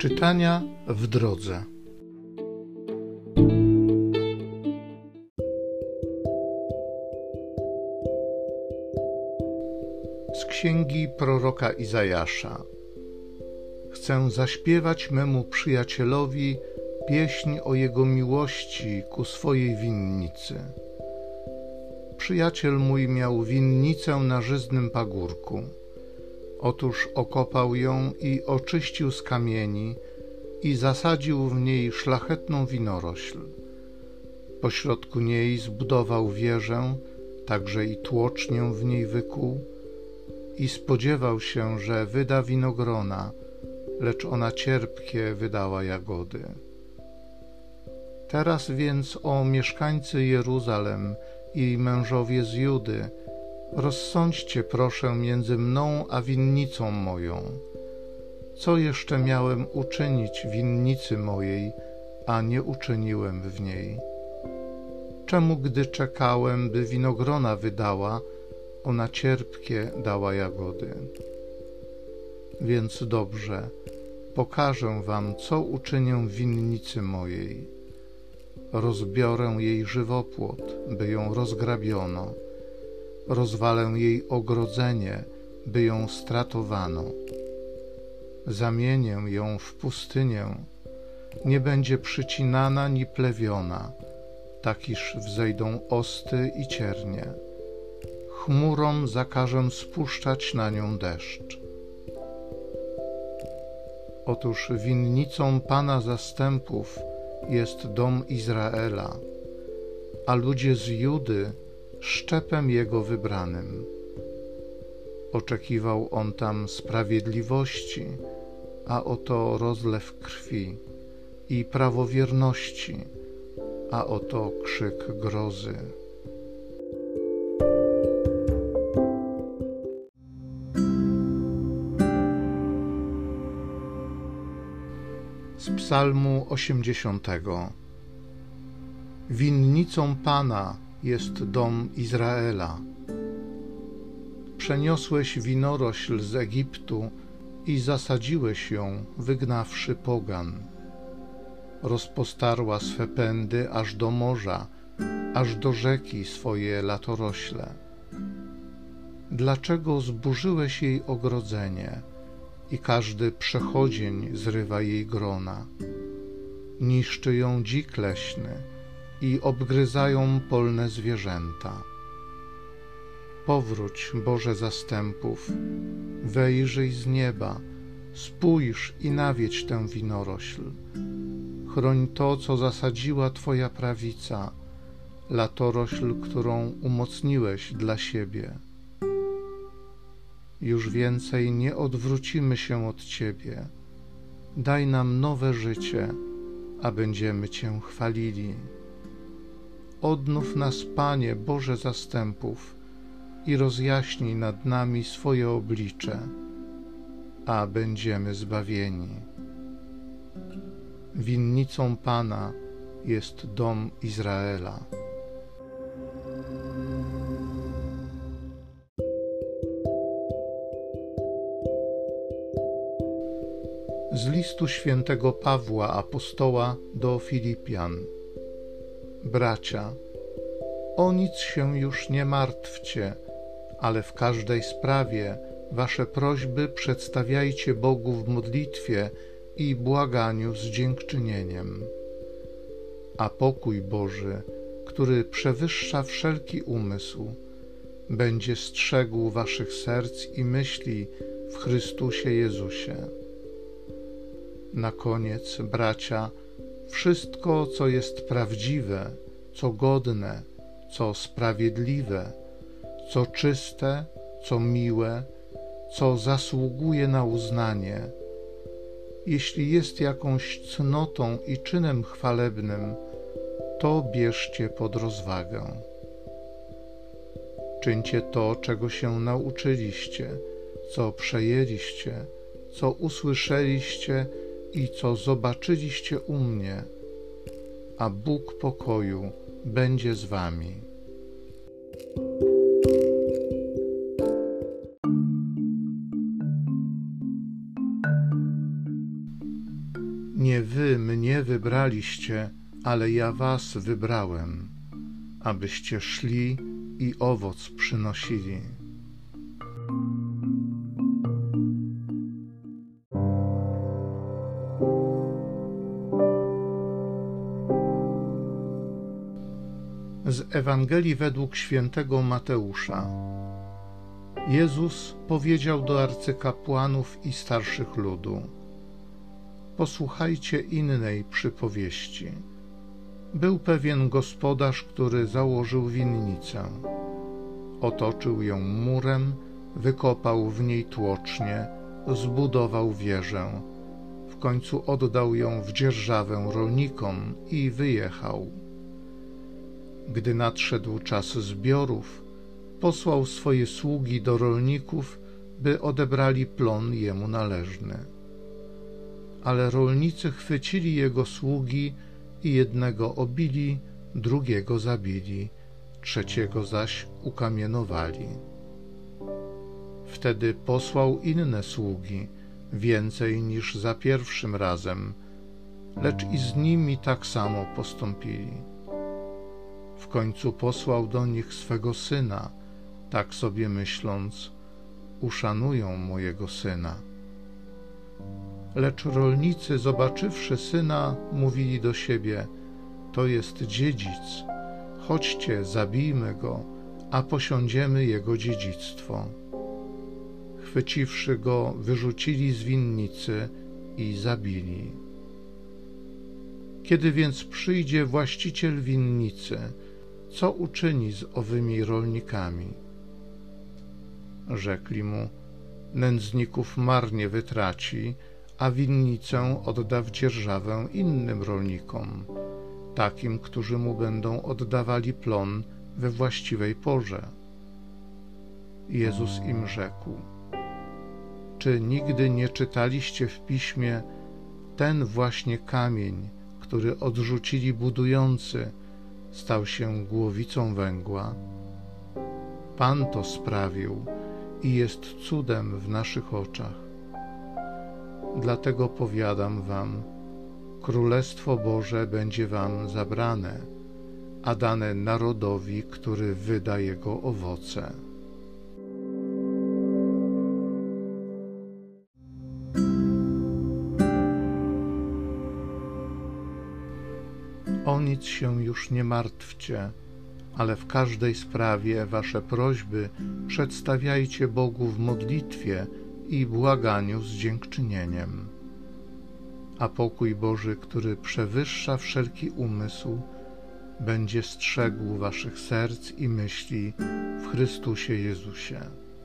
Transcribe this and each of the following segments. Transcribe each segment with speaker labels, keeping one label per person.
Speaker 1: Czytania w drodze. Z księgi proroka Izajasza. Chcę zaśpiewać memu przyjacielowi pieśń o jego miłości ku swojej winnicy. Przyjaciel mój miał winnicę na żyznym pagórku. Otóż okopał ją i oczyścił z kamieni i zasadził w niej szlachetną winorośl. Pośrodku niej zbudował wieżę, także i tłocznię w niej wykuł i spodziewał się, że wyda winogrona, lecz ona cierpkie wydała jagody. Teraz więc, o mieszkańcy Jeruzalem i mężowie z Judy, rozsądźcie proszę między mną a winnicą moją. Co jeszcze miałem uczynić winnicy mojej, a nie uczyniłem w niej? Czemu, gdy czekałem, by winogrona wydała, ona cierpkie dała jagody? Więc dobrze, pokażę wam, co uczynię w winnicy mojej. Rozbiorę jej żywopłot, by ją rozgrabiono. Rozwalę jej ogrodzenie, by ją stratowano. Zamienię ją w pustynię, nie będzie przycinana ni plewiona, tak iż wzejdą osty i ciernie. Chmurom zakażę spuszczać na nią deszcz. Otóż winnicą Pana zastępów jest dom Izraela, a ludzie z Judy szczepem Jego wybranym. Oczekiwał on tam sprawiedliwości, a oto rozlew krwi, i prawowierności, a oto krzyk grozy. Z Psalmu 80. Winnicą Pana jest dom Izraela. Przeniosłeś winorośl z Egiptu i zasadziłeś ją, wygnawszy pogan. Rozpostarła swe pędy aż do morza, aż do rzeki swoje latorośle. Dlaczego zburzyłeś jej ogrodzenie i każdy przechodzień zrywa jej grona? Niszczy ją dzik leśny i obgryzają polne zwierzęta. Powróć, Boże zastępów, wejrzyj z nieba, spójrz i nawiedź tę winorośl. Chroń to, co zasadziła Twoja prawica, latorośl, którą umocniłeś dla siebie. Już więcej nie odwrócimy się od Ciebie. Daj nam nowe życie, a będziemy Cię chwalili. Odnów nas, Panie, Boże zastępów, i rozjaśnij nad nami swoje oblicze, a będziemy zbawieni. Winnicą Pana jest dom Izraela. Z listu świętego Pawła apostoła do Filipian. Bracia, o nic się już nie martwcie, ale w każdej sprawie wasze prośby przedstawiajcie Bogu w modlitwie i błaganiu z dziękczynieniem. A pokój Boży, który przewyższa wszelki umysł, będzie strzegł waszych serc i myśli w Chrystusie Jezusie. Na koniec, bracia, wszystko, co jest prawdziwe, co godne, co sprawiedliwe, co czyste, co miłe, co zasługuje na uznanie, jeśli jest jakąś cnotą i czynem chwalebnym, to bierzcie pod rozwagę. Czyńcie to, czego się nauczyliście, co przejęliście, co usłyszeliście i co zobaczyliście u mnie, a Bóg pokoju będzie z wami. Nie wy mnie wybraliście, ale ja was wybrałem, abyście szli i owoc przynosili. Z Ewangelii według świętego Mateusza. Jezus powiedział do arcykapłanów i starszych ludu: posłuchajcie innej przypowieści. Był pewien gospodarz, który założył winnicę. Otoczył ją murem, wykopał w niej tłocznię, zbudował wieżę. W końcu oddał ją w dzierżawę rolnikom i wyjechał. Gdy nadszedł czas zbiorów, posłał swoje sługi do rolników, by odebrali plon jemu należny. Ale rolnicy chwycili jego sługi i jednego obili, drugiego zabili, trzeciego zaś ukamienowali. Wtedy posłał inne sługi, więcej niż za pierwszym razem, lecz i z nimi tak samo postąpili. W końcu posłał do nich swego syna, tak sobie myśląc: uszanują mojego syna. Lecz rolnicy, zobaczywszy syna, mówili do siebie: to jest dziedzic, chodźcie, zabijmy go, a posiądziemy jego dziedzictwo. Chwyciwszy go, wyrzucili z winnicy i zabili. Kiedy więc przyjdzie właściciel winnicy, co uczyni z owymi rolnikami? Rzekli mu: nędzników marnie wytraci, a winnicę odda w dzierżawę innym rolnikom, takim, którzy mu będą oddawali plon we właściwej porze. Jezus im rzekł: czy nigdy nie czytaliście w Piśmie: ten właśnie kamień, który odrzucili budujący, stał się głowicą węgła? Pan to sprawił i jest cudem w naszych oczach. Dlatego powiadam wam, Królestwo Boże będzie wam zabrane, a dane narodowi, który wyda jego owoce. O nic się już nie martwcie, ale w każdej sprawie wasze prośby przedstawiajcie Bogu w modlitwie i błaganiu z dziękczynieniem. A pokój Boży, który przewyższa wszelki umysł, będzie strzegł waszych serc i myśli w Chrystusie Jezusie.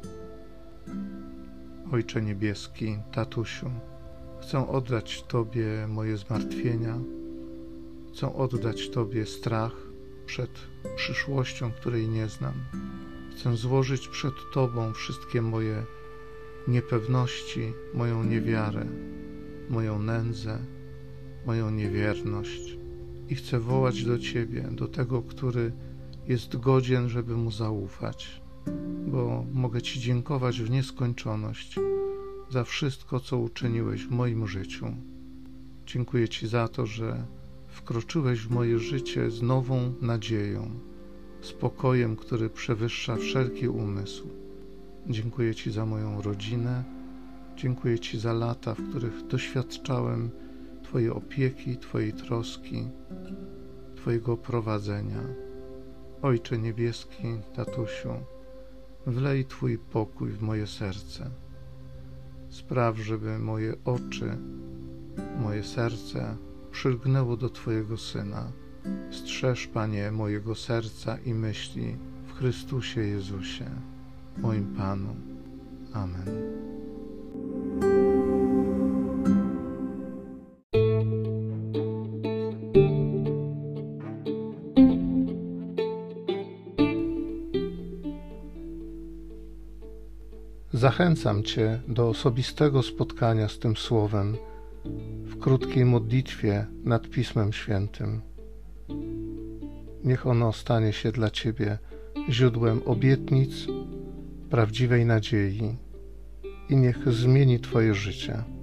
Speaker 1: Ojcze niebieski, tatusiu, chcę oddać Tobie moje zmartwienia, chcę oddać Tobie strach przed przyszłością, której nie znam. Chcę złożyć przed Tobą wszystkie moje niepewności, moją niewiarę, moją nędzę, moją niewierność i chcę wołać do Ciebie, do tego, który jest godzien, żeby Mu zaufać, bo mogę Ci dziękować w nieskończoność za wszystko, co uczyniłeś w moim życiu. Dziękuję Ci za to, że wkroczyłeś w moje życie z nową nadzieją, spokojem, który przewyższa wszelki umysł. Dziękuję Ci za moją rodzinę, dziękuję Ci za lata, w których doświadczałem Twojej opieki, Twojej troski, Twojego prowadzenia. Ojcze niebieski, tatusiu, wlej Twój pokój w moje serce. Spraw, żeby moje oczy, moje serce przylgnęło do Twojego Syna. Strzeż, Panie, mojego serca i myśli w Chrystusie Jezusie, moim Panu. Amen. Zachęcam Cię do osobistego spotkania z tym Słowem w krótkiej modlitwie nad Pismem Świętym. Niech ono stanie się dla Ciebie źródłem obietnic, prawdziwej nadziei i niech zmieni Twoje życie.